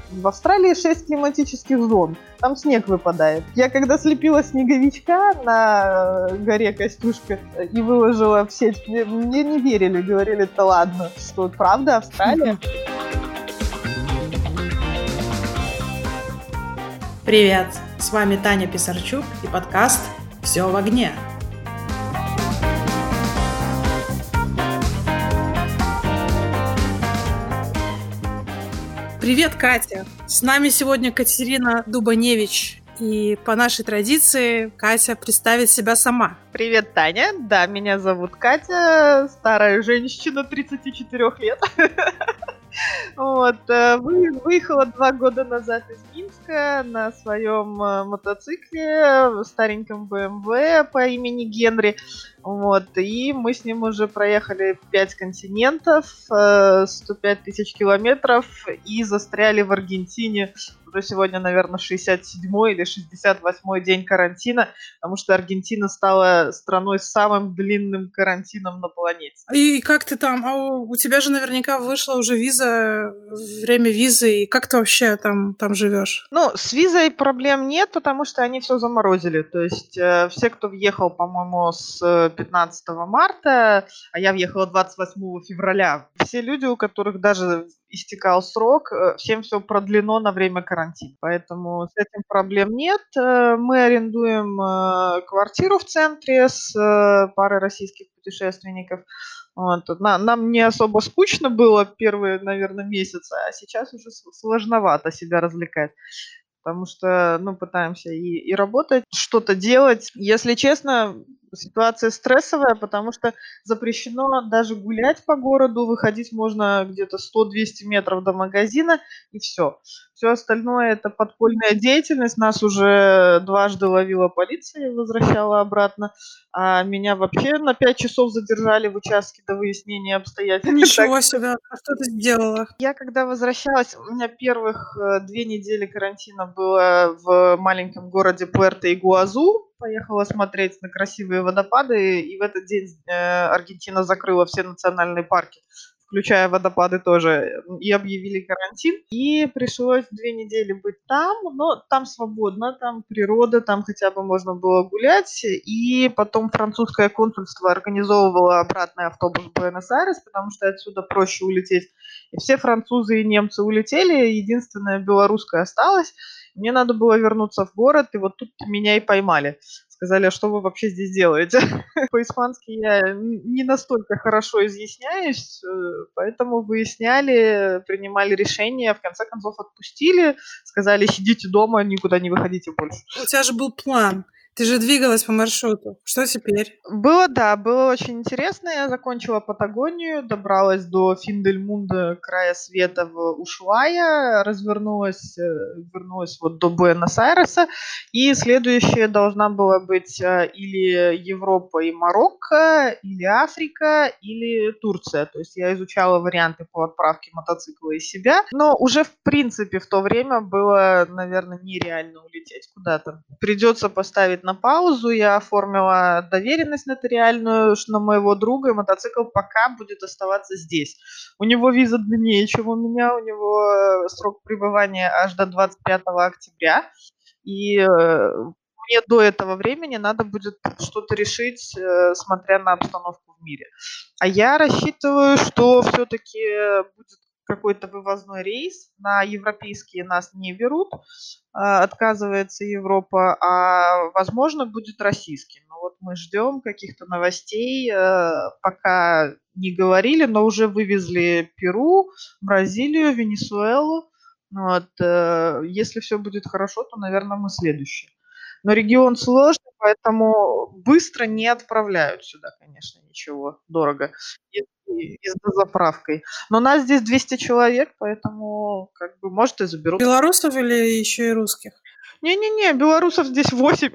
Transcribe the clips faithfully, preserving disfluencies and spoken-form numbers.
В Австралии шесть климатических зон, там снег выпадает. Я когда слепила снеговичка на горе Костюшка и выложила в сеть, мне, мне не верили, говорили, да ладно, что правда Австралия? Привет, с вами Таня Писарчук и подкаст «Все в огне». Привет, Катя! С нами сегодня Катерина Дубаневич. И по нашей традиции Катя представит себя сама. Привет, Таня. Да, меня зовут Катя, старая женщина тридцати четырёх лет. Вот, выехала два года назад из Минска на своем мотоцикле, стареньком бэ эм вэ по имени Генри. Вот, и мы с ним уже проехали пять континентов, сто пять тысяч километров и застряли в Аргентине. Уже сегодня, наверное, шестьдесят седьмой или шестьдесят восьмой день карантина, потому что Аргентина стала страной с самым длинным карантином на планете. И как ты там? А у тебя же наверняка вышла уже виза, время визы, и как ты вообще там, там живешь? Ну, с визой проблем нет, потому что они все заморозили. То есть э, все, кто въехал, по-моему, с пятнадцатого марта, а я въехала двадцать восьмого февраля, все люди, у которых даже истекал срок, всем все продлено на время карантина. Поэтому с этим проблем нет. Мы арендуем квартиру в центре с парой российских путешественников. Вот. Нам не особо скучно было первые, наверное, месяцы, а сейчас уже сложновато себя развлекать. Потому что, ну, пытаемся и, и работать, что-то делать. Если честно, ситуация стрессовая, потому что запрещено даже гулять по городу, выходить можно где-то сто-двести метров до магазина, и все. Все остальное – это подпольная деятельность. Нас уже дважды ловила полиция и возвращала обратно. А меня вообще на пять часов задержали в участке до выяснения обстоятельств. Ничего себе! А что ты сделала? Я когда возвращалась, у меня первых две недели карантина было в маленьком городе Пуэрто-Игуазу. Поехала смотреть на красивые водопады, и в этот день э, Аргентина закрыла все национальные парки, включая водопады тоже, и объявили карантин. И пришлось две недели быть там, но там свободно, там природа, там хотя бы можно было гулять. И потом французское консульство организовывало обратный автобус в Буэнос-Айрес, потому что отсюда проще улететь. И все французы и немцы улетели, единственная белорусская осталась. Мне надо было вернуться в город, и вот тут меня и поймали. Сказали, а что вы вообще здесь делаете? По-испански я не настолько хорошо изъясняюсь, поэтому выясняли, принимали решение, в конце концов отпустили, сказали, сидите дома, никуда не выходите больше. У тебя же был план. Ты же двигалась по маршруту. Что теперь? Было, да, было очень интересно. Я закончила Патагонию, добралась до Фин-дель-Мунда, края света в Ушуая, развернулась, вернулась вот до Буэнос-Айреса. И следующая должна была быть или Европа и Марокко, или Африка, или Турция. То есть я изучала варианты по отправке мотоцикла и себя. Но уже, в принципе, в то время было, наверное, нереально улететь куда-то. Придется поставить на паузу, я оформила доверенность нотариальную на моего друга, и мотоцикл пока будет оставаться здесь. У него виза длиннее, чем у меня, у него срок пребывания аж до двадцать пятого октября, и мне до этого времени надо будет что-то решить, смотря на обстановку в мире. А я рассчитываю, что все-таки будет какой-то вывозной рейс, на европейские нас не берут, отказывается Европа, а возможно будет российский. Но вот мы ждем каких-то новостей, пока не говорили, но уже вывезли Перу, Бразилию, Венесуэлу. Вот. Если все будет хорошо, то, наверное, мы следующие. Но регион сложный, поэтому быстро не отправляют сюда, конечно, ничего, дорого. И, и, и с дозаправкой. Но нас здесь двести человек, поэтому, как бы, может, и заберут. Белорусов или еще и русских? Не-не-не, белорусов здесь восемь.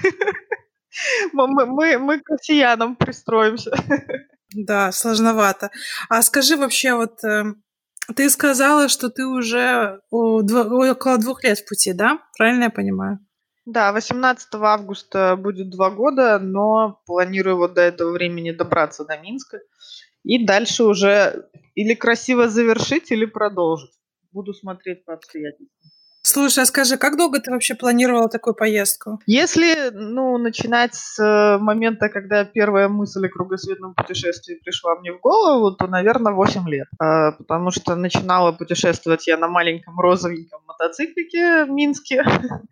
Мы к россиянам пристроимся. Да, сложновато. А скажи вообще, вот ты сказала, что ты уже около двух лет в пути, да? Правильно я понимаю? Да, восемнадцатого августа будет два года, но планирую вот до этого времени добраться до Минска и дальше уже или красиво завершить, или продолжить. буду смотреть по обстоятельствам. Слушай, а скажи, как долго ты вообще планировала такую поездку? Если, ну, начинать с э, момента, когда первая мысль о кругосветном путешествии пришла мне в голову, то, наверное, восемь лет. А, потому что начинала путешествовать я на маленьком розовеньком мотоциклике в Минске.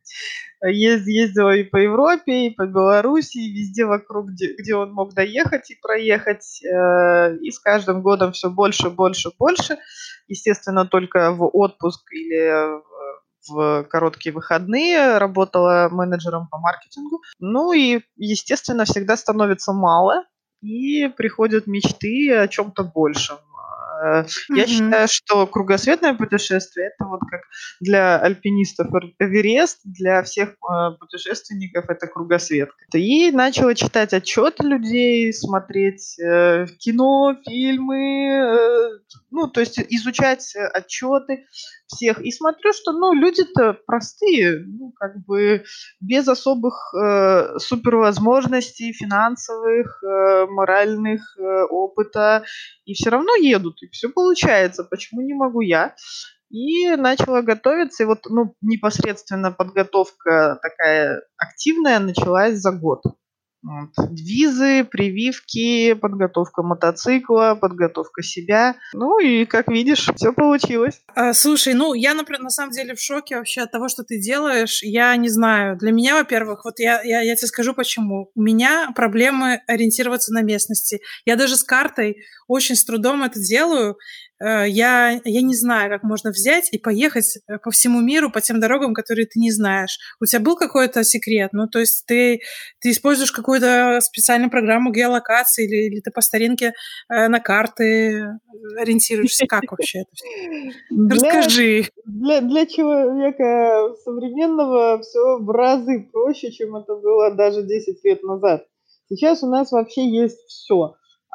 Ез- Ездила и по Европе, и по Беларуси, и везде вокруг, где, где он мог доехать и проехать. Э, И с каждым годом все больше, больше, больше. Естественно, только в отпуск или э, в короткие выходные работала менеджером по маркетингу. Ну и, естественно, всегда становится мало, и приходят мечты о чем-то большем. Э, Я Мгм. считаю, что кругосветное путешествие – это вот как для альпинистов Эр- Эверест, для всех э, путешественников это кругосветка. И начала читать отчеты людей, смотреть э, кино, фильмы, э, ну, то есть изучать э, отчеты всех. И смотрю, что, ну, люди-то простые, ну, как бы без особых э, супервозможностей финансовых, э, моральных, э, опыта, и все равно едут, и все получается. Почему не могу я? И начала готовиться, и вот, ну, непосредственно подготовка такая активная началась за год. Вот. Визы, прививки, подготовка мотоцикла, подготовка себя. Ну и, как видишь, все получилось. А, слушай, ну, я, например, на самом деле в шоке вообще от того, что ты делаешь. Я не знаю. Для меня, во-первых, вот я, я, я тебе скажу почему. У меня проблемы ориентироваться на местности. Я даже с картой очень с трудом это делаю. Э, Я, я не знаю, как можно взять и поехать э, по всему миру по тем дорогам, которые ты не знаешь. У тебя был какой-то секрет? Ну, то есть ты, ты используешь какую-то специальную программу геолокации или, или ты по старинке э, на карты ориентируешься? Как вообще это всё? Для, Расскажи. для, для человека современного все в разы проще, чем это было даже десять лет назад. Сейчас у нас вообще есть все.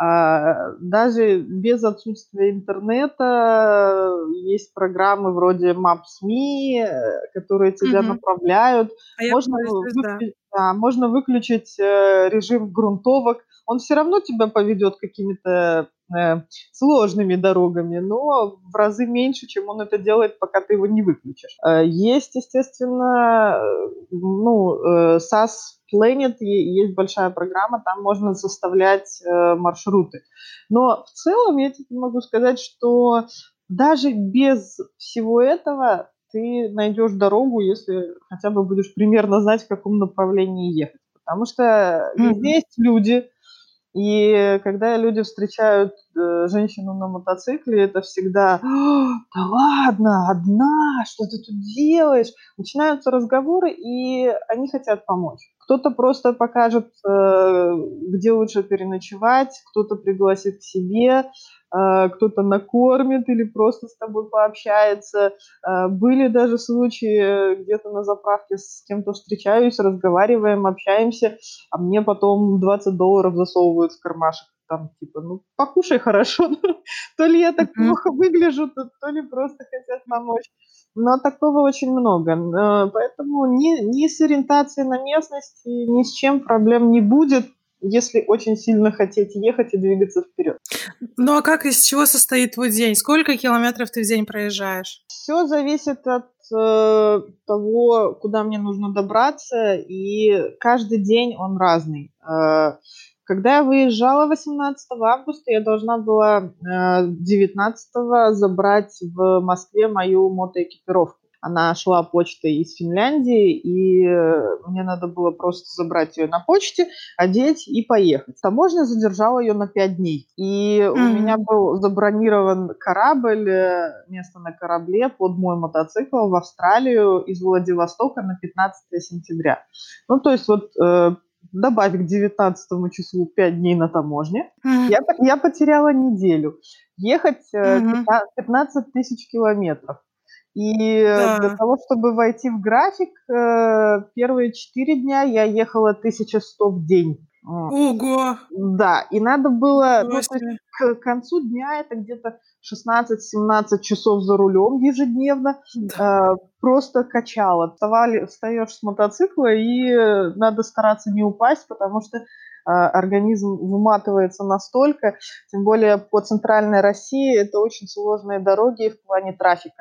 Даже без отсутствия интернета есть программы вроде Maps.me, э, которые тебя Мгм. направляют. А я Можно, вы- пользуюсь, да. выклю- да, можно выключить э, режим грунтовок. Он все равно тебя поведет какими-то э, сложными дорогами, но в разы меньше, чем он это делает, пока ты его не выключишь. Э, Есть, естественно, э, ну, э, сас Planet, е- есть большая программа, там можно составлять э, маршруты. Но в целом я тебе могу сказать, что даже без всего этого ты найдешь дорогу, если хотя бы будешь примерно знать, в каком направлении ехать. Потому что Мгм. везде есть люди, и когда люди встречают э, женщину на мотоцикле, это всегда: «А, да ладно, одна, что ты тут делаешь?» Начинаются разговоры, и они хотят помочь. Кто-то просто покажет, э, где лучше переночевать, кто-то пригласит к себе, э, кто-то накормит или просто с тобой пообщается. Э, Были даже случаи, э, где-то на заправке с кем-то встречаюсь, разговариваем, общаемся, а мне потом двадцать долларов засовывают в кармашек. Там типа, ну, покушай хорошо. То ли я так Мгм. плохо выгляжу, то, то ли просто хотят помочь. Но такого очень много. Э, Поэтому ни, ни с ориентацией на местность, ни с чем проблем не будет, если очень сильно хотеть ехать и двигаться вперед. Ну, а как, из чего состоит твой день? Сколько километров ты в день проезжаешь? Все зависит от э, того, куда мне нужно добраться, и каждый день он разный. Э, когда я выезжала восемнадцатого августа, я должна была э, девятнадцатого забрать в Москве мою мотоэкипировку. Она шла почтой из Финляндии, и э, мне надо было просто забрать ее на почте, одеть и поехать. Таможня задержала ее на пять дней. И у меня Мгм. был забронирован корабль, э, место на корабле под мой мотоцикл в Австралию из Владивостока на пятнадцатое сентября. Ну, то есть вот э, добавь к девятнадцатому числу пять дней на таможне. Мгм. Я, я потеряла неделю. Ехать э, Мгм. пятнадцать тысяч километров. И э, для Да. того, чтобы войти в график, э, первые четыре дня я ехала тысяча сто в день. М, Ого! Да, и надо было, Ничего ну, то есть себе. к концу дня это где-то шестнадцать-семнадцать часов за рулем ежедневно, Да. э, просто качало. Вставали, встаешь с мотоцикла, и э, надо стараться не упасть, потому что э, организм выматывается настолько, тем более по центральной России это очень сложные дороги в плане трафика.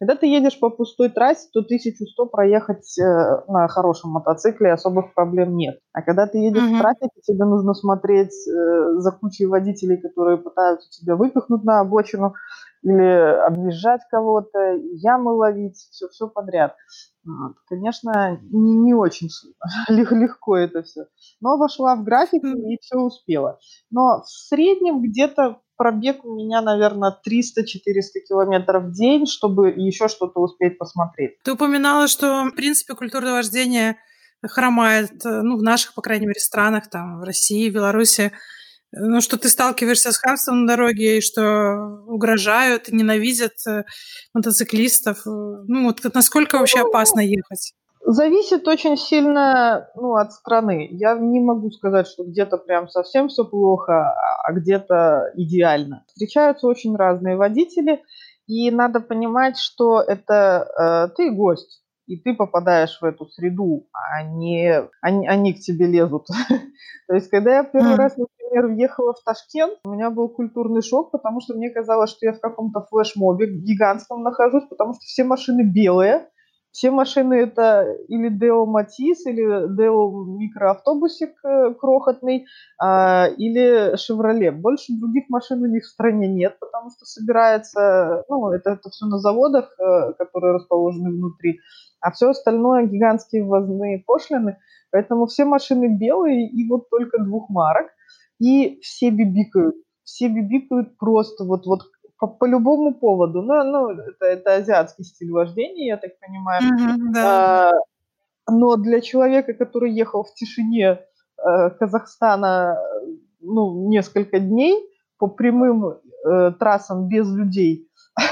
Когда ты едешь по пустой трассе, то тысячу сто проехать э, на хорошем мотоцикле особых проблем нет. А когда ты едешь Мгм. в трафике, тебе нужно смотреть э, за кучей водителей, которые пытаются тебя выпихнуть на обочину или объезжать кого-то, ямы ловить, все, все подряд. Вот. Конечно, не, не очень легко это все. Но вошла в график М. и все успела. Но в среднем где-то пробег у меня, наверное, триста-четыреста километров в день, чтобы еще что-то успеть посмотреть. Ты упоминала, что, в принципе, культура вождения хромает, э, ну, в наших, по крайней мере, странах, там, в России, в Беларуси. Ну, что ты сталкиваешься с хамством на дороге, и что угрожают, ненавидят э, мотоциклистов. Э, Ну, вот насколько вообще опасно ехать? Зависит очень сильно, ну, от страны. Я не могу сказать, что где-то прям совсем все плохо, а а где-то идеально. Встречаются очень разные водители, и надо понимать, что это э, ты гость, и ты попадаешь в эту среду, а не они, они к тебе лезут. То есть, когда я первый М. раз, например, въехала в Ташкент, у меня был культурный шок, потому что мне казалось, что я в каком-то флешмобе гигантском нахожусь, потому что все машины белые, все машины это или Део Матис, или Део микроавтобусик э, крохотный, а, или Шевроле. Больше других машин у них в стране нет, потому что собирается, ну, это, это все на заводах, э, которые расположены внутри, а все остальное гигантские ввозные пошлины. Поэтому все машины белые, и вот только двух марок, и все бибикают. Все бибикают просто вот, вот по, по любому поводу. Ну, ну это, это азиатский стиль вождения, я так понимаю. Мгм, да. А, но для человека, который ехал в тишине э, Казахстана, э, ну, несколько дней по прямым э, трассам без людей,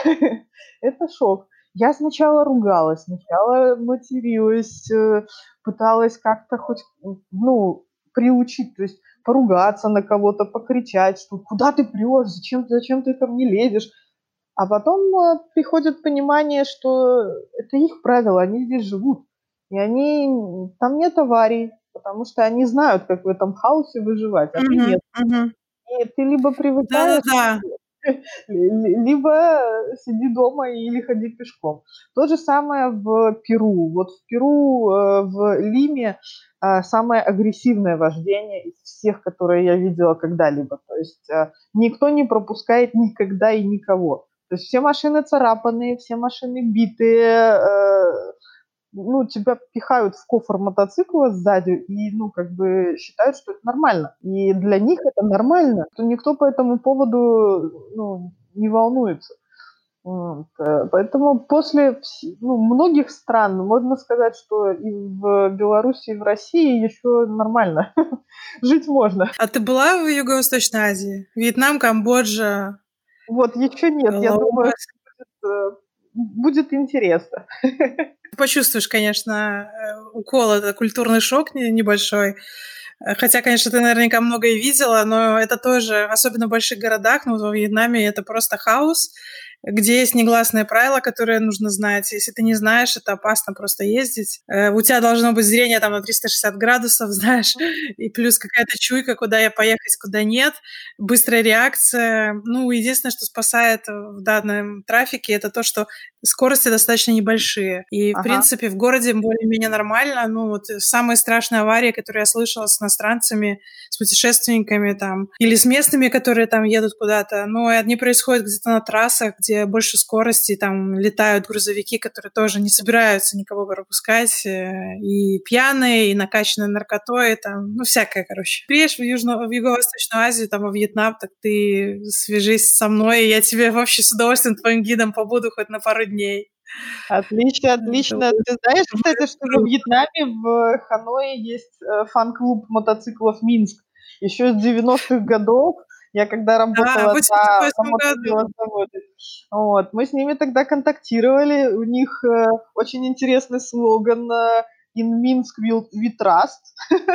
это шок. Я сначала ругалась, сначала материлась, э, пыталась как-то хоть, ну, приучить, то есть поругаться на кого-то, покричать, что куда ты прешь, зачем, зачем ты ко мне лезешь. А потом э, приходит понимание, что это их правила, они здесь живут. И они, там нет аварий, потому что они знают, как в этом хаосе выживать, а ты Мгм, нет. мгм. И ты либо привыкаешь, Да-да-да. либо сиди дома или ходи пешком. То же самое в Перу. Вот в Перу, э, в Лиме э, самое агрессивное вождение из всех, которые я видела когда-либо. То есть э, никто не пропускает никогда и никого. То есть все машины царапанные, все машины битые, э, ну, тебя пихают в кофр мотоцикла сзади и, ну, как бы считают, что это нормально. И для них это нормально, то никто по этому поводу, ну, не волнуется. Вот. э, Поэтому после вс- ну, многих стран можно сказать, что и в Беларуси, и в России еще нормально. Жить можно. А ты была в Юго-Восточной Азии? Вьетнам, Камбоджа, Вот, еще нет. Я думаю, Лаос? что э, будет интересно. Ты почувствуешь, конечно, э, укол, это культурный шок не- небольшой. Э, Хотя, конечно, ты наверняка многое видела, но это тоже, особенно в больших городах, ну, вот во Вьетнаме это просто хаос, где есть негласные правила, которые нужно знать. Если ты не знаешь, это опасно просто ездить. Э, У тебя должно быть зрение там на триста шестьдесят градусов, знаешь, и плюс какая-то чуйка, куда я поехать, куда нет, быстрая реакция. Ну, единственное, что спасает в данном трафике, это то, что скорости достаточно небольшие. И, в Ага. принципе, в городе более-менее нормально. Ну, вот самые страшные аварии, которые я слышала с иностранцами, с путешественниками там, или с местными, которые там едут куда-то, но они происходят где-то на трассах, где больше скорости, там летают грузовики, которые тоже не собираются никого пропускать, э, и пьяные, и накачанные наркотой, там, ну, всякое, короче. Приедешь в, Южно- в Юго-Восточную Азию, там, во Вьетнам, так ты свяжись со мной, и я тебе вообще с удовольствием твоим гидом побуду хоть на пару дней. Отлично, Это отлично. будет Ты знаешь, кстати, будет что во круто. Вьетнаме, в Ханое есть э, фан-клуб мотоциклов «Минск». Еще с девяностых годов, я когда Да, в работала восемьдесят на, на восьмом году. мотозаводе, вот, мы с ними тогда контактировали. У них э, очень интересный слоган э, «In Minsk we, we trust».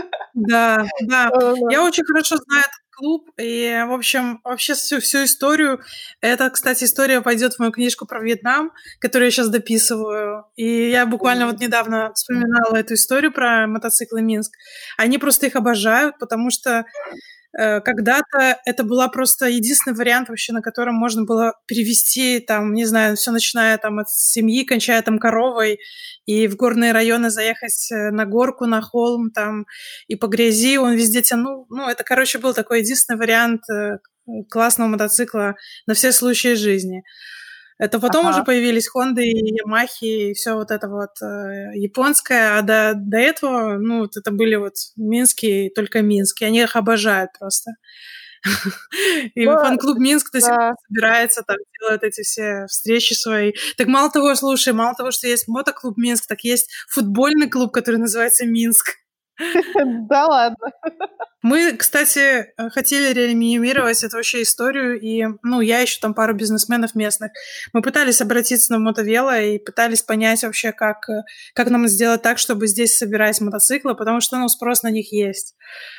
Да, да. Э, Я очень хорошо знаю этот клуб, и, в общем, вообще всю, всю историю. Это, кстати, история пойдет в мою книжку про Вьетнам, которую я сейчас дописываю. И я буквально вот недавно вспоминала эту историю про мотоциклы Минск. Они просто их обожают, потому что Когда-то это была просто единственный вариант вообще, на котором можно было перевести, там, не знаю, все начиная там от семьи, кончая там коровой, и в горные районы заехать на горку, на холм там, и по грязи он везде тянул. Ну, это, короче, был такой единственный вариант классного мотоцикла на все случаи жизни. Это потом Ага. уже появились Хонды и Ямахи, и все вот это вот э, японское, а до, до этого, ну, вот это были вот минские, только минские, они их обожают просто. И Да, фан-клуб Минск до сих да. пор собирается, там делает эти все встречи свои. Так мало того, слушай, мало того, что есть мотоклуб Минск, так есть футбольный клуб, который называется Минск. Да ладно. Мы, кстати, хотели реанимировать эту вообще историю, и, ну, я еще там пару бизнесменов местных. Мы пытались обратиться на мотовело и пытались понять вообще, как, как нам сделать так, чтобы здесь собирать мотоциклы, потому что, ну, спрос на них есть.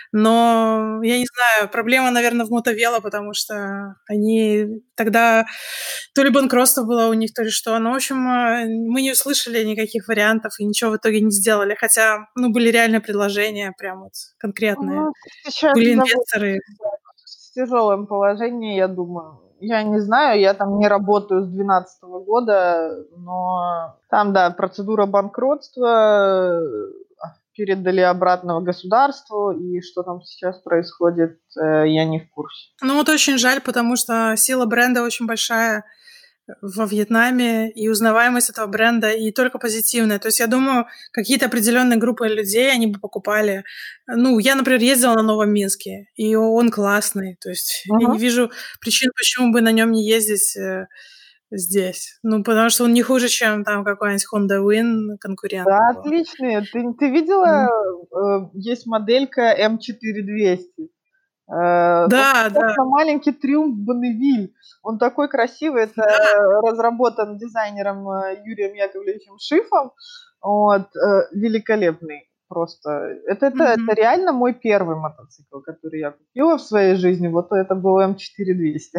Но, я не знаю, проблема, наверное, в мотовело, потому что они тогда то ли банкротство было у них, то ли что. Ну, в общем, мы не услышали никаких вариантов и ничего в итоге не сделали. Хотя, ну, были реальные предложения, прям вот конкретные. Ну, сейчас Были завод инвесторы. в тяжелом положении, я думаю. Я не знаю, я там не работаю с двенадцатого года, но там, да, процедура банкротства, передали обратно в государству, и что там сейчас происходит, я не в курсе. Ну, вот очень жаль, потому что сила бренда очень большая во Вьетнаме, и узнаваемость этого бренда, и только позитивная. То есть я думаю, какие-то определенные группы людей, они бы покупали. Ну, я, например, ездила на Новом Минске, и он классный. То есть uh-huh. я не вижу причин, почему бы на нем не ездить э, здесь. Ну, потому что он не хуже, чем там какой-нибудь Honda Win конкурент. Да, отличный. Ты, ты видела, mm. э, есть моделька эм четыре двести? Да, вот да. На маленький Триумф Бонневиль. Он такой красивый. Это да. разработан дизайнером Юрием Яковлевичем Шифом. Вот, великолепный просто. Это, это, mm-hmm. это реально мой первый мотоцикл, который я купила в своей жизни. Вот это был эм четыре двести.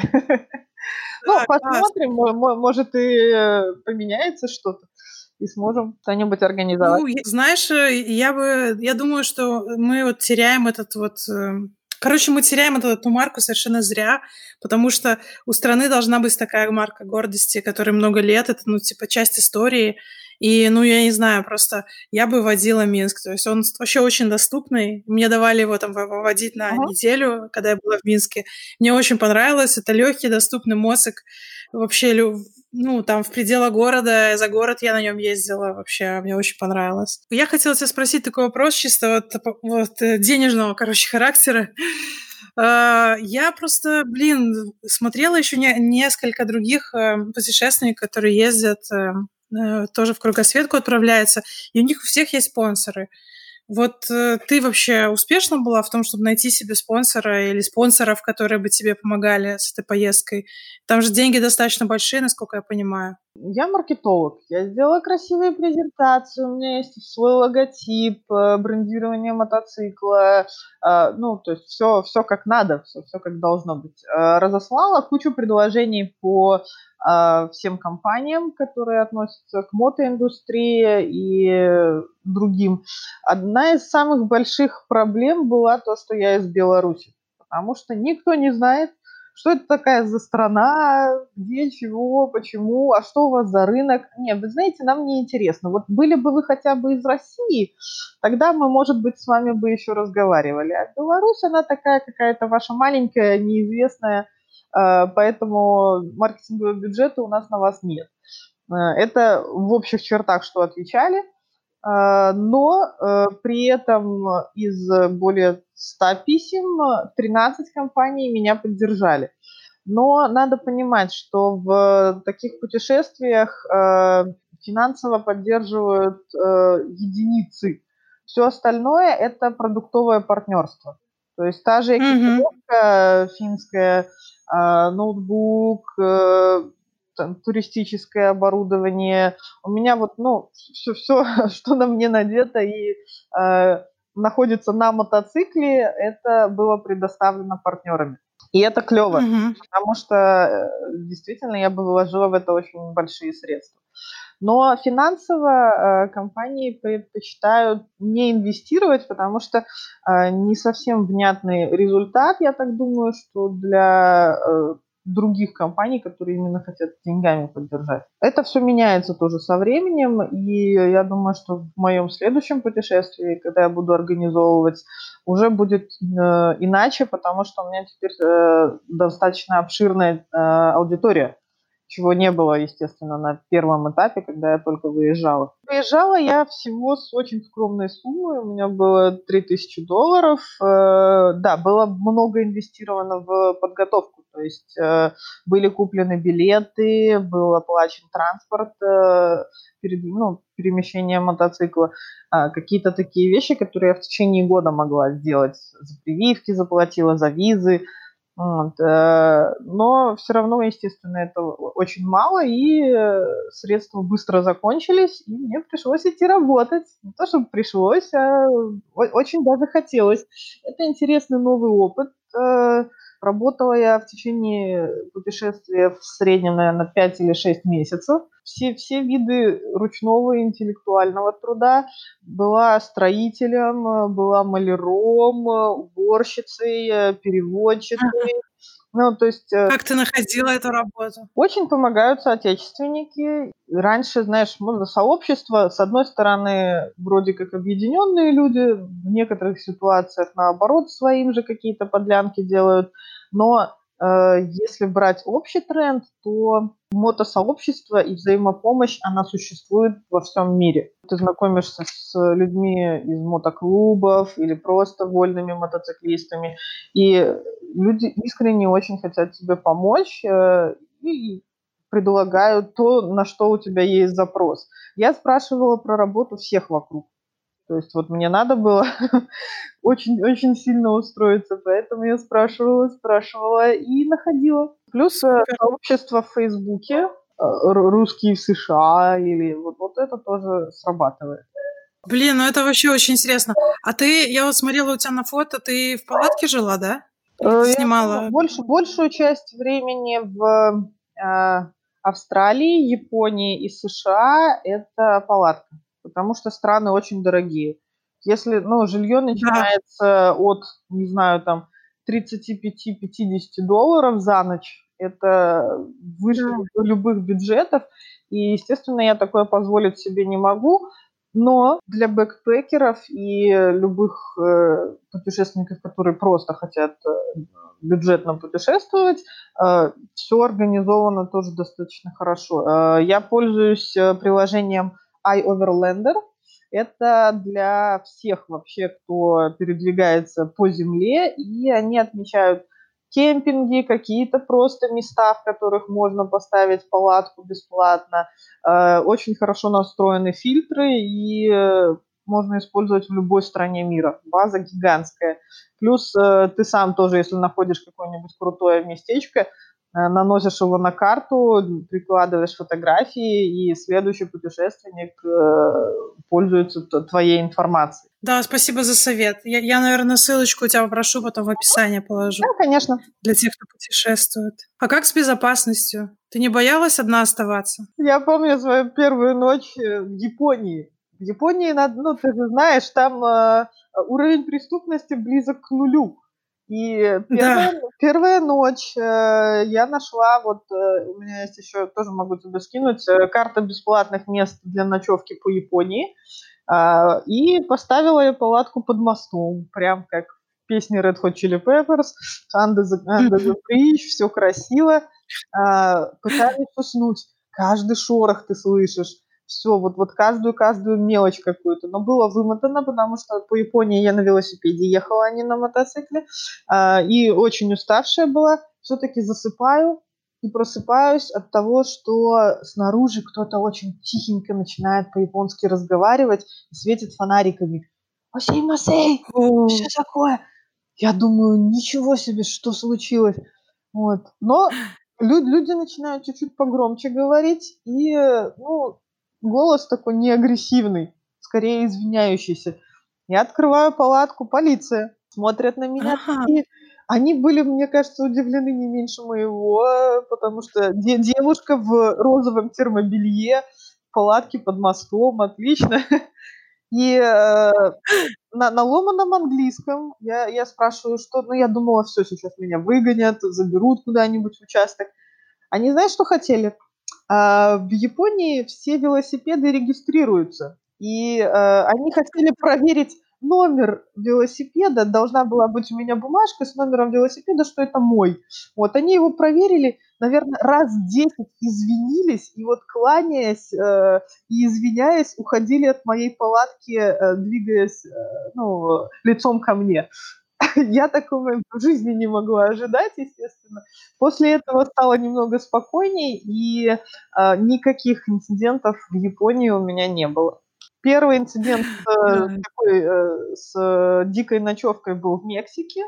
Ну, посмотрим, может и поменяется что-то. И сможем что-нибудь организовать. Ну, знаешь, я бы, я думаю, что мы вот теряем этот вот... Короче, мы теряем эту, эту марку совершенно зря, потому что у страны должна быть такая марка гордости, которой много лет, это, ну, типа, часть истории. И, ну, я не знаю, просто я бы водила Минск. То есть он вообще очень доступный. Мне давали его там выводить на uh-huh. неделю, когда я была в Минске. Мне очень понравилось. Это легкий, доступный мотоцикл. Вообще, ну, там, в пределах города, за город я на нем ездила. Вообще, мне очень понравилось. Я хотела тебя спросить такой вопрос чисто вот, вот денежного, короче, характера. Я просто, блин, смотрела еще не, несколько других путешественников, которые ездят, тоже в кругосветку отправляются, и у них у всех есть спонсоры. Вот ты вообще успешна была в том, чтобы найти себе спонсора или спонсоров, которые бы тебе помогали с этой поездкой? Там же деньги достаточно большие, насколько я понимаю. Я маркетолог. Я сделала красивые презентации, у меня есть свой логотип, брендирование мотоцикла, ну, то есть все, все как надо, все, все как должно быть. Разослала кучу предложений по всем компаниям, которые относятся к мотоиндустрии и другим. Одна из самых больших проблем была то, что я из Беларуси, потому что никто не знает, что это такая за страна, где, чего, почему, а что у вас за рынок. Нет, вы знаете, нам не интересно. Вот были бы вы хотя бы из России, тогда мы, может быть, с вами бы еще разговаривали. А Беларусь, она такая какая-то ваша маленькая, неизвестная, поэтому маркетингового бюджета у нас на вас нет. Это в общих чертах, что отвечали. Но при этом из более ста писем тринадцать компаний меня поддержали. Но надо понимать, что в таких путешествиях финансово поддерживают единицы. Все остальное – это продуктовое партнерство. То есть та же экипировка mm-hmm. финская, ноутбук, там, туристическое оборудование. У меня вот, ну, все, все, что на мне надето и э, находится на мотоцикле, это было предоставлено партнерами. И это клево, mm-hmm. потому что действительно я бы вложила в это очень большие средства. Но финансово э, компании предпочитают не инвестировать, потому что э, не совсем внятный результат, я так думаю, что для э, других компаний, которые именно хотят деньгами поддержать. Это все меняется тоже со временем, и я думаю, что в моем следующем путешествии, когда я буду организовывать, уже будет э, иначе, потому что у меня теперь э, достаточно обширная э, аудитория, чего не было, естественно, на первом этапе, когда я только выезжала. Выезжала я всего с очень скромной суммой, у меня было три тысячи долларов. Э, да, было много инвестировано в подготовку, то есть э, были куплены билеты, был оплачен транспорт, э, перед, ну, перемещение мотоцикла, э, какие-то такие вещи, которые я в течение года могла сделать. За прививки заплатила, за визы. Вот, э, но все равно, естественно, это очень мало, и э, средства быстро закончились, и мне пришлось идти работать. Не то, чтобы пришлось, а о- очень даже хотелось. Это интересный новый опыт. Э, Работала я в течение путешествия в среднем, наверное, пять или шесть месяцев. Все, все виды ручного и интеллектуального труда. Была строителем, э, была маляром, э, уборщицей, э, переводчицей. Ну, то есть э, Как ты находила эту работу? очень помогают соотечественники. Раньше, знаешь, можно сообщество, с одной стороны, вроде как объединенные люди, в некоторых ситуациях, наоборот, своим же какие-то подлянки делают. Но э, если брать общий тренд, то мотосообщество и взаимопомощь, она существует во всем мире. Ты знакомишься с людьми из мотоклубов или просто вольными мотоциклистами, и люди искренне очень хотят тебе помочь э, и предлагают то, на что у тебя есть запрос. Я спрашивала про работу всех вокруг. То есть вот мне надо было очень-очень сильно устроиться, поэтому я спрашивала, спрашивала и находила. Плюс э, Супер. сообщество в Фейсбуке, э, ру- русские в США, или вот, вот это тоже срабатывает. Блин, ну это вообще очень интересно. А ты, я вот смотрела у тебя на фото, ты в палатке жила, да? Или Э, ты Я ну, снимала? больше, большую часть времени в э, Австралии, Японии и США это палатка, потому что страны очень дорогие. Если, ну, жилье Да. начинается от, не знаю, там, тридцать пять-пятьдесят долларов за ночь, это выше Да. любых бюджетов, и, естественно, я такое позволить себе не могу, но для бэкпекеров и любых э, путешественников, которые просто хотят э, бюджетно путешествовать, э, все организовано тоже достаточно хорошо. Э, я пользуюсь э, приложением iOverlander. Это для всех вообще, кто передвигается по земле, и они отмечают кемпинги, какие-то просто места, в которых можно поставить палатку бесплатно. Э, Очень хорошо настроены фильтры, и э, можно использовать в любой стране мира. База гигантская. Плюс э, ты сам тоже, если находишь какое-нибудь крутое местечко, э, наносишь его на карту, прикладываешь фотографии, и следующий путешественник э, пользуется т- твоей информацией. Да, спасибо за совет. Я, я, наверное, ссылочку у тебя попрошу, потом в описание положу Да, конечно. для тех, кто путешествует. А как с безопасностью? Ты не боялась одна оставаться? Я помню свою первую ночь э, в Японии. В Японии, надо, ну, ты же знаешь, там э, уровень преступности близок к нулю. И Да. первая, первая ночь э, я нашла, вот э, у меня есть еще, тоже могу тебе скинуть, э, карта бесплатных мест для ночевки по Японии. А, и поставила я палатку под мостом, прям как в песне Red Hot Chili Peppers, Under the, under the Bridge, все красиво. А, пытались уснуть, каждый шорох ты слышишь, все, вот, вот каждую-каждую мелочь какую-то. Но было вымотано, потому что по Японии я на велосипеде ехала, а не на мотоцикле. А, и очень уставшая была. Все-таки засыпаю, и просыпаюсь от того, что снаружи кто-то очень тихенько начинает по-японски разговаривать и светит фонариками. «Осей-масей! О, Что такое?» Я думаю, ничего себе, что случилось? Вот. Но лю- люди начинают чуть-чуть погромче говорить, и, э, ну, голос такой не агрессивный, скорее извиняющийся. Я открываю палатку, полиция. Смотрят на меня ага. такие. Они были, мне кажется, удивлены не меньше моего, э, потому что де- девушка в розовом термобелье, палатке под мостом, отлично. И э, на, на ломаном английском я, я спрашиваю, что... Ну, я думала, все, сейчас меня выгонят, заберут куда-нибудь в участок. Они, знаешь, что хотели? А, в Японии все велосипеды регистрируются. И э, они хотели проверить номер велосипеда. Должна была быть у меня бумажка с номером велосипеда, что это мой. Вот, они его проверили, наверное, раз десять извинились, и вот кланяясь э, и извиняясь, уходили от моей палатки, э, двигаясь э, ну, лицом ко мне. Я такого в жизни не могла ожидать, естественно. После этого стало немного спокойней, и э, никаких инцидентов в Японии у меня не было. Первый инцидент э, Да. такой, э, с э, дикой ночевкой был в Мексике.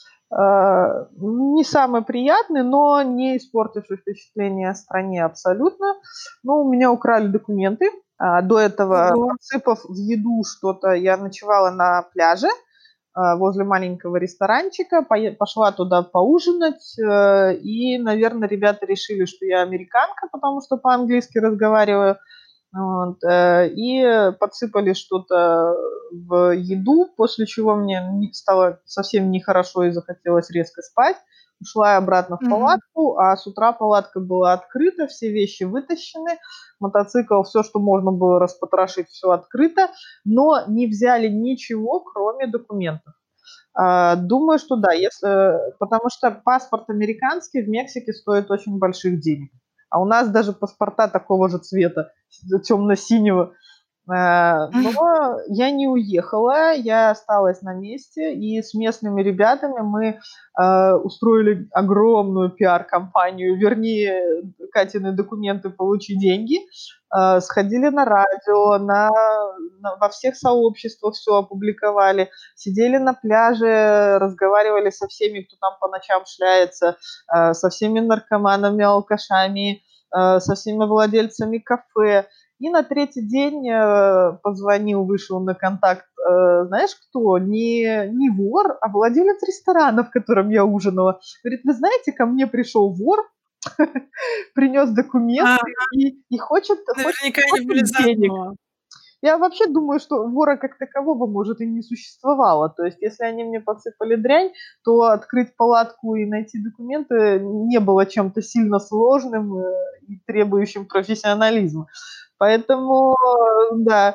Э, не самый приятный, но не испортивший впечатление о стране абсолютно. Ну, у меня украли документы. А, до этого, Ого. подсыпав в еду что-то, я ночевала на пляже возле маленького ресторанчика, пошла туда поужинать, и, наверное, ребята решили, что я американка, потому что по-английски разговариваю, вот, и подсыпали что-то в еду, после чего мне стало совсем нехорошо и захотелось резко спать. Ушла я обратно в палатку, а с утра палатка была открыта, все вещи вытащены, мотоцикл, все, что можно было распотрошить, все открыто, но не взяли ничего, кроме документов. Думаю, что да, если, потому что паспорт американский в Мексике стоит очень больших денег, а у нас даже паспорта такого же цвета, темно-синего. Но я не уехала, я осталась на месте, и с местными ребятами мы э, устроили огромную пиар-компанию, вернее, Катины документы «Получи деньги», э, сходили на радио, на, на, во всех сообществах все опубликовали, сидели на пляже, разговаривали со всеми, кто там по ночам шляется, э, со всеми наркоманами, алкашами, э, со всеми владельцами кафе. И на третий день э, позвонил, вышел на контакт, э, знаешь кто? Не, не вор, а владелец ресторана, в котором я ужинала. Говорит, вы знаете, ко мне пришел вор, принес документы и, и хочет, Наверняка хочет они были денег. заодно. Я вообще думаю, что вора как такового, может, и не существовало. То есть, если они мне подсыпали дрянь, то открыть палатку и найти документы не было чем-то сильно сложным и требующим профессионализма. Поэтому, да,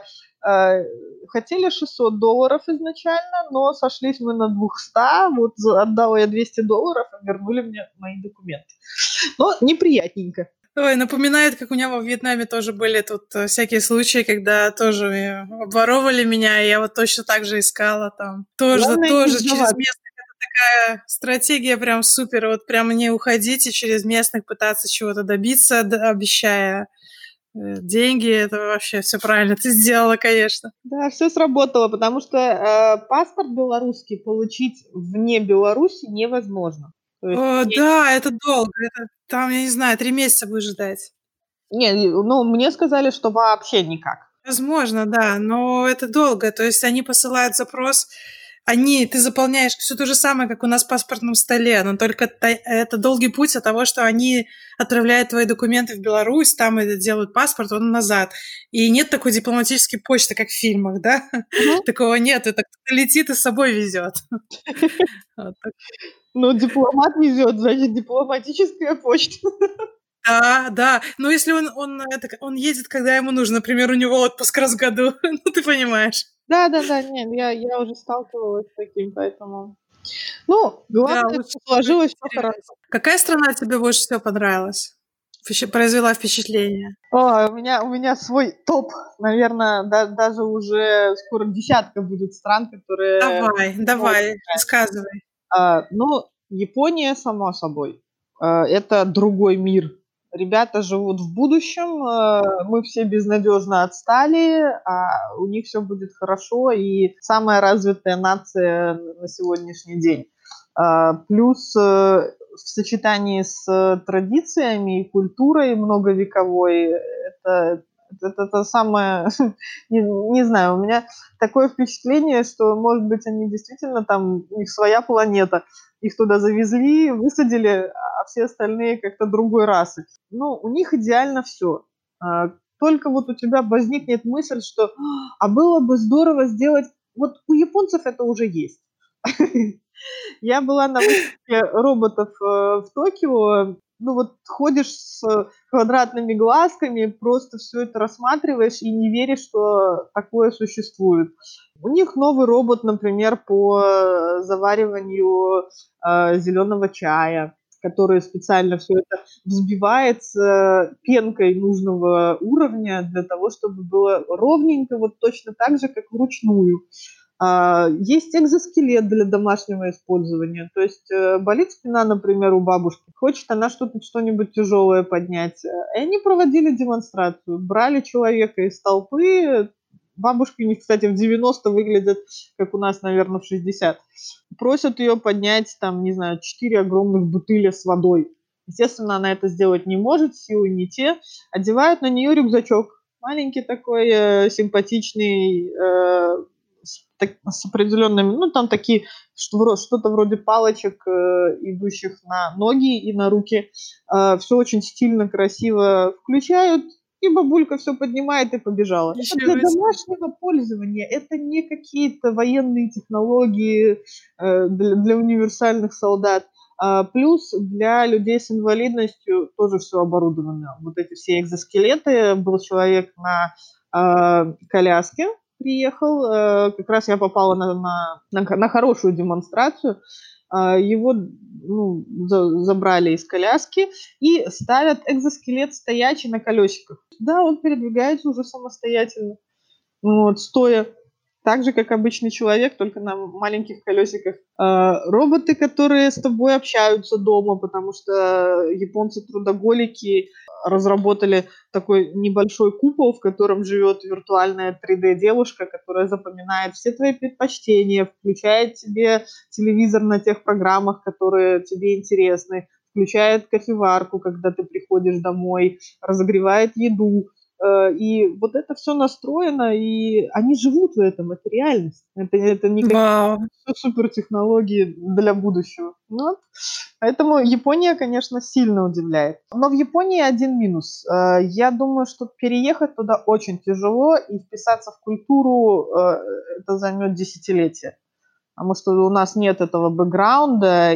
хотели шестьсот долларов изначально, но сошлись мы на двести. Вот отдала я двести долларов, и вернули мне мои документы. Но неприятненько. Ой, напоминает, как у меня во Вьетнаме тоже были тут всякие случаи, когда тоже обворовывали меня, и я вот точно так же искала там. Тоже, Главное, тоже через местных. Это такая стратегия прям супер. Вот прям не уходить и через местных пытаться чего-то добиться, обещая деньги. Это вообще все правильно ты сделала, конечно. Да, все сработало, потому что э, паспорт белорусский получить вне Беларуси невозможно. То есть, О, есть... да, это долго. Это, там, я не знаю, три месяца будешь ждать. Не, ну, мне сказали, что вообще никак. Возможно, да, но это долго. То есть они посылают запрос, они, ты заполняешь все то же самое, как у нас в паспортном столе, но только это долгий путь от того, что они отправляют твои документы в Беларусь, там это делают паспорт, он назад. И нет такой дипломатической почты, как в фильмах, да? Угу. Такого нет, это кто-то летит и с собой везет. Ну, дипломат везет, значит, дипломатическая почта. Да, да. Но если он, он, это, он едет, когда ему нужно, например, у него отпуск раз в году, ну, ты понимаешь. Да, да, да, нет, я, я уже сталкивалась с таким, поэтому... Ну, главное, да, сложилось все хорошо. Какая страна тебе больше всего понравилась? Впечат... Произвела впечатление? О, у меня, у меня свой топ, наверное, да, даже уже скоро десятка будет стран, которые... Давай, давай, рассказывай. А, ну, Япония, само собой. А, это другой мир. Ребята живут в будущем, мы все безнадежно отстали, а у них все будет хорошо, и самая развитая нация на сегодняшний день. Плюс в сочетании с традициями и культурой многовековой, это, это, это самое, не, не знаю, у меня такое впечатление, что, может быть, они действительно там, у них своя планета, их туда завезли, высадили, а все остальные как-то другой расы. Ну, у них идеально все. только вот у тебя возникнет мысль, что а было бы здорово сделать... Вот у японцев это уже есть. Я была на выставке роботов э, в Токио. Ну вот ходишь с квадратными глазками, просто все это рассматриваешь и не веришь, что такое существует. У них новый робот, например, по завариванию э, зеленого чая, который специально все это взбивает с э, пенкой нужного уровня для того, чтобы было ровненько, вот точно так же, как вручную. А, есть экзоскелет для домашнего использования. То есть э, болит спина, например, у бабушки, хочет она что-то, что-нибудь тяжелое поднять. И они проводили демонстрацию, брали человека из толпы. Бабушки у них, кстати, в девяносто выглядят, как у нас, наверное, в шестьдесят. Просят ее поднять, там, не знаю, четыре огромных бутыля с водой. Естественно, она это сделать не может, силы не те. Одевают на нее рюкзачок. Маленький такой, э, симпатичный, э, с, так, с определенными, ну, там такие, что, что-то вроде палочек, э, идущих на ноги и на руки. Э, все очень стильно, красиво включают, и бабулька все поднимает и побежала. Это для домашнего пользования, это не какие-то военные технологии э, для, для универсальных солдат. А, плюс для людей с инвалидностью тоже все оборудовано. Вот эти все экзоскелеты. Был человек на э, коляске, приехал, э, как раз я попала на, на, на, на хорошую демонстрацию. Э, его ну, за, забрали из коляски и ставят экзоскелет стоячий на колесиках. Да, он передвигается уже самостоятельно, вот, стоя. Так же, как обычный человек, только на маленьких колесиках. Роботы, которые с тобой общаются дома, потому что японцы-трудоголики разработали такой небольшой купол, в котором живет виртуальная три дэ-девушка, которая запоминает все твои предпочтения, включает тебе телевизор на тех программах, которые тебе интересны, включает кофеварку, когда ты приходишь домой, разогревает еду. И вот это все настроено, и они живут в этом, это реальность. Это, это не какие-то супертехнологии для будущего. Вот. Поэтому Япония, конечно, сильно удивляет. Но в Японии один минус. Я думаю, что переехать туда очень тяжело, и вписаться в культуру это займет десятилетия. Потому что у нас нет этого бэкграунда,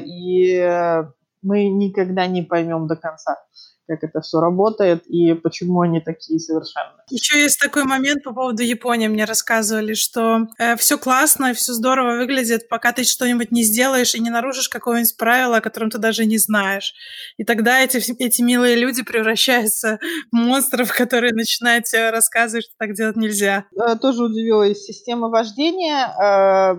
и мы никогда не поймем до конца, как это все работает и почему они такие совершенные. Еще есть такой момент по поводу Японии. Мне рассказывали, что э, все классно, все здорово выглядит, пока ты что-нибудь не сделаешь и не нарушишь какое-нибудь правило, о котором ты даже не знаешь. И тогда эти, эти милые люди превращаются в монстров, которые начинают тебе рассказывать, что так делать нельзя. Тоже удивилась система вождения.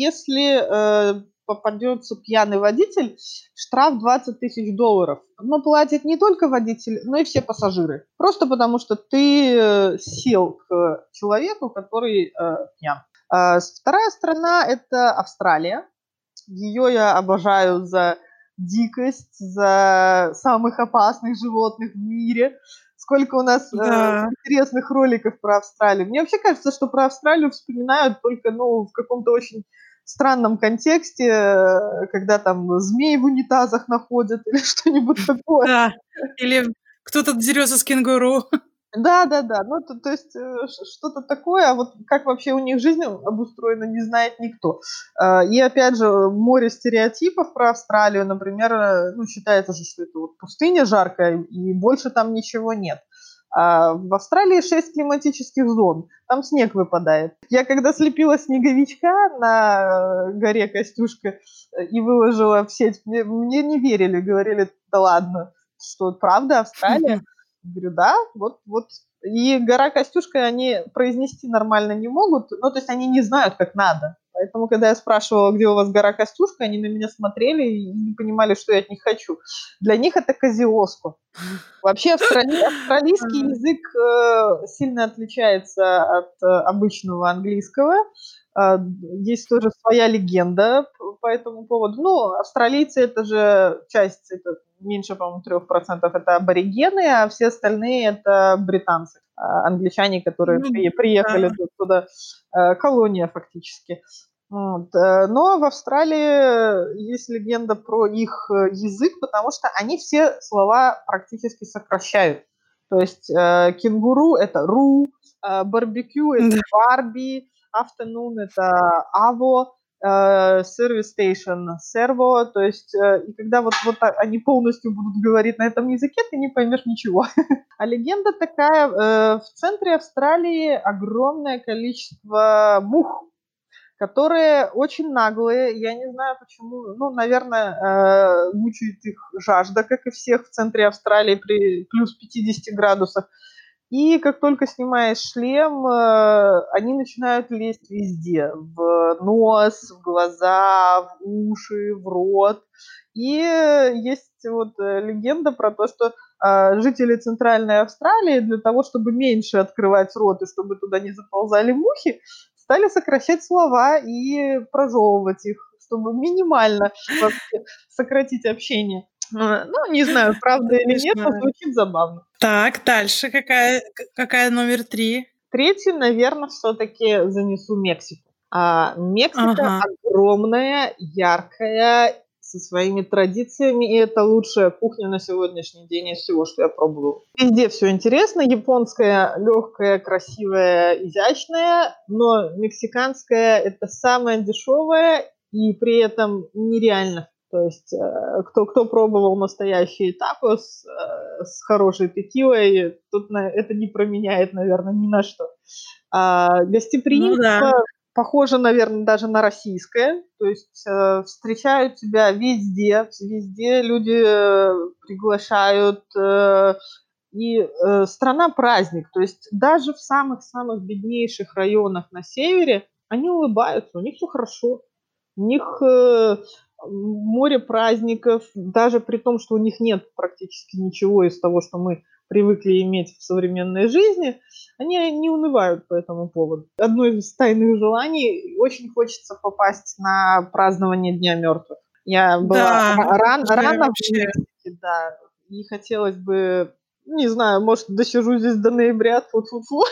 Если попадется пьяный водитель, штраф двадцать тысяч долларов. Но платит не только водитель, но и все пассажиры. Просто потому, что ты сел к человеку, который э, пьян. А вторая страна – это Австралия. Ее я обожаю за дикость, за самых опасных животных в мире. Сколько у нас да. э, интересных роликов про Австралию. Мне вообще кажется, что про Австралию вспоминают только ну, в каком-то очень странном контексте, когда там змеи в унитазах находят или что-нибудь такое. Да, или кто-то дерется с кенгуру. Да, да, да. Ну, то, то есть что-то такое, а вот как вообще у них жизнь обустроена, не знает никто. И опять же, море стереотипов про Австралию, например, ну, считается же, что это вот пустыня жаркая, и больше там ничего нет. А в Австралии шесть климатических зон, там снег выпадает. Я когда слепила снеговичка на горе Костюшка и выложила в сеть, мне, мне не верили, говорили, да ладно, что правда Австралия? Говорю, да, вот, вот. И гора Костюшка они произнести нормально не могут, ну, то есть они не знают, как надо. Поэтому, когда я спрашивала, где у вас гора Костюшка, они на меня смотрели и не понимали, что я от них хочу. Для них это Козиоску. Вообще австрали... австралийский язык э, сильно отличается от э, обычного английского. Э, есть тоже своя легенда по этому поводу. Ну, австралийцы это же часть, это меньше, по-моему, трех процентов это аборигены, а все остальные это британцы, англичане, которые ну, приехали да. туда, колония фактически. Вот. Но в Австралии есть легенда про их язык, потому что они все слова практически сокращают. То есть э, кенгуру – это ру, э, барбекю – это барби, afternoon – это аво, э, service station – серво. То есть э, и когда вот, вот они полностью будут говорить на этом языке, ты не поймешь ничего. А легенда такая, э, в центре Австралии огромное количество мух, которые очень наглые. Я не знаю почему. Ну, наверное, э, мучает их жажда, как и всех в центре Австралии при плюс пятидесяти градусах. И как только снимаешь шлем, э, они начинают лезть везде. В нос, в глаза, в уши, в рот. И есть вот легенда про то, что э, жители Центральной Австралии для того, чтобы меньше открывать рот и чтобы туда не заползали мухи, стали сокращать слова и прожевывать их, чтобы минимально вообще сократить общение. Ну, не знаю, правда или нет, но звучит забавно. Так, дальше какая, какая номер три? Третью, наверное, все-таки занесу Мексику. А, Мексика ага. огромная, яркая, со своими традициями, и это лучшая кухня на сегодняшний день из всего, что я пробовала. Везде все интересно, японская легкая, красивая, изящная, но мексиканская это самая дешевая и при этом нереально. То есть кто, кто пробовал настоящие такос с хорошей текилой, тут на, это не променяет, наверное, ни на что. А, гостеприимство... Ну, да. Похоже, наверное, даже на российское. То есть э, встречают тебя везде, везде люди э, приглашают. Э, и э, страна праздник. То есть даже в самых-самых беднейших районах на севере они улыбаются, у них все хорошо. У них э, море праздников, даже при том, что у них нет практически ничего из того, что мы привыкли иметь в современной жизни, они не унывают по этому поводу. Одно из тайных желаний, очень хочется попасть на празднование Дня мертвых. Я была да, ран, рано в Мексике, да, и хотелось бы, не знаю, может, досижу здесь до ноября, тьфу-тьфу-тьфу,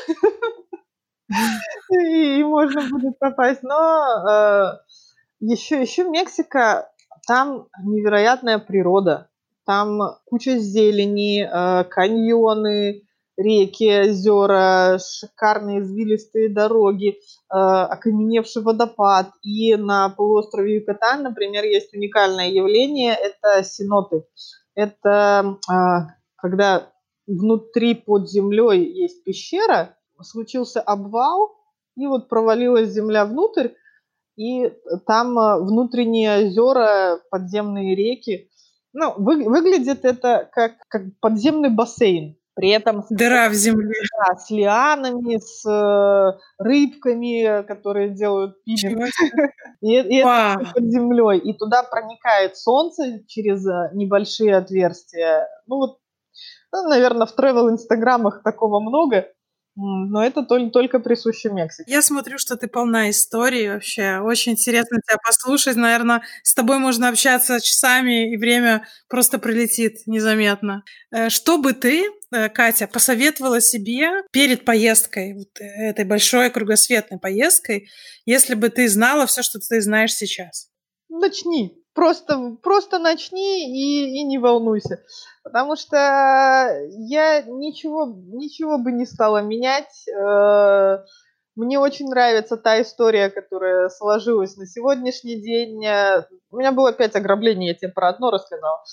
и можно будет попасть, но еще, еще Мексика, там невероятная природа. Там куча зелени, э, каньоны, реки, озера, шикарные извилистые дороги, э, окаменевший водопад. И на полуострове Юкатан, например, есть уникальное явление – это сеноты. Это э, когда внутри под землей есть пещера, случился обвал, и вот провалилась земля внутрь, и там внутренние озера, подземные реки. Ну, вы, выглядит это как, как подземный бассейн. При этом дыра в земле. Да, с лианами, с э, рыбками, которые делают пилинг. И, и это под землей. И туда проникает солнце через небольшие отверстия. Ну вот, ну, наверное, в тревел-инстаграмах такого много. Но это только присуще Мексике. Я смотрю, что ты полна историй вообще. Очень интересно тебя послушать. Наверное, с тобой можно общаться часами, и время просто пролетит незаметно. Что бы ты, Катя, посоветовала себе перед поездкой, вот этой большой кругосветной поездкой, если бы ты знала все, что ты знаешь сейчас? Начни. Просто, просто начни и, и не волнуйся. Потому что я ничего, ничего бы не стала менять. Мне очень нравится та история, которая сложилась на сегодняшний день. У меня было пять ограблений, я тебе про одно рассказала.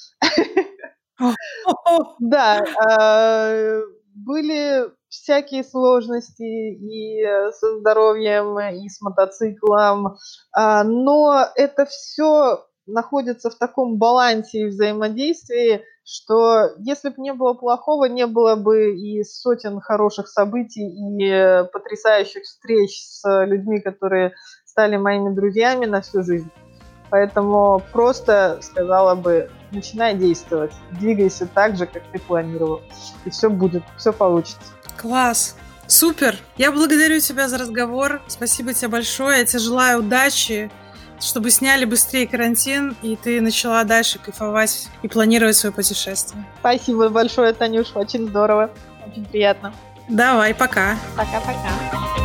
Да, были всякие сложности и со здоровьем, и с мотоциклом, но это все находится в таком балансе и взаимодействии, что если бы не было плохого, не было бы и сотен хороших событий и потрясающих встреч с людьми, которые стали моими друзьями на всю жизнь. Поэтому просто сказала бы, начинай действовать, двигайся так же, как ты планировал, и все будет, все получится. Класс! Супер! Я благодарю тебя за разговор, спасибо тебе большое, я тебе желаю удачи, чтобы сняли быстрее карантин, и ты начала дальше кайфовать и планировать свое путешествие. Спасибо большое, Танюш, очень здорово, очень приятно. Давай, пока. Пока-пока.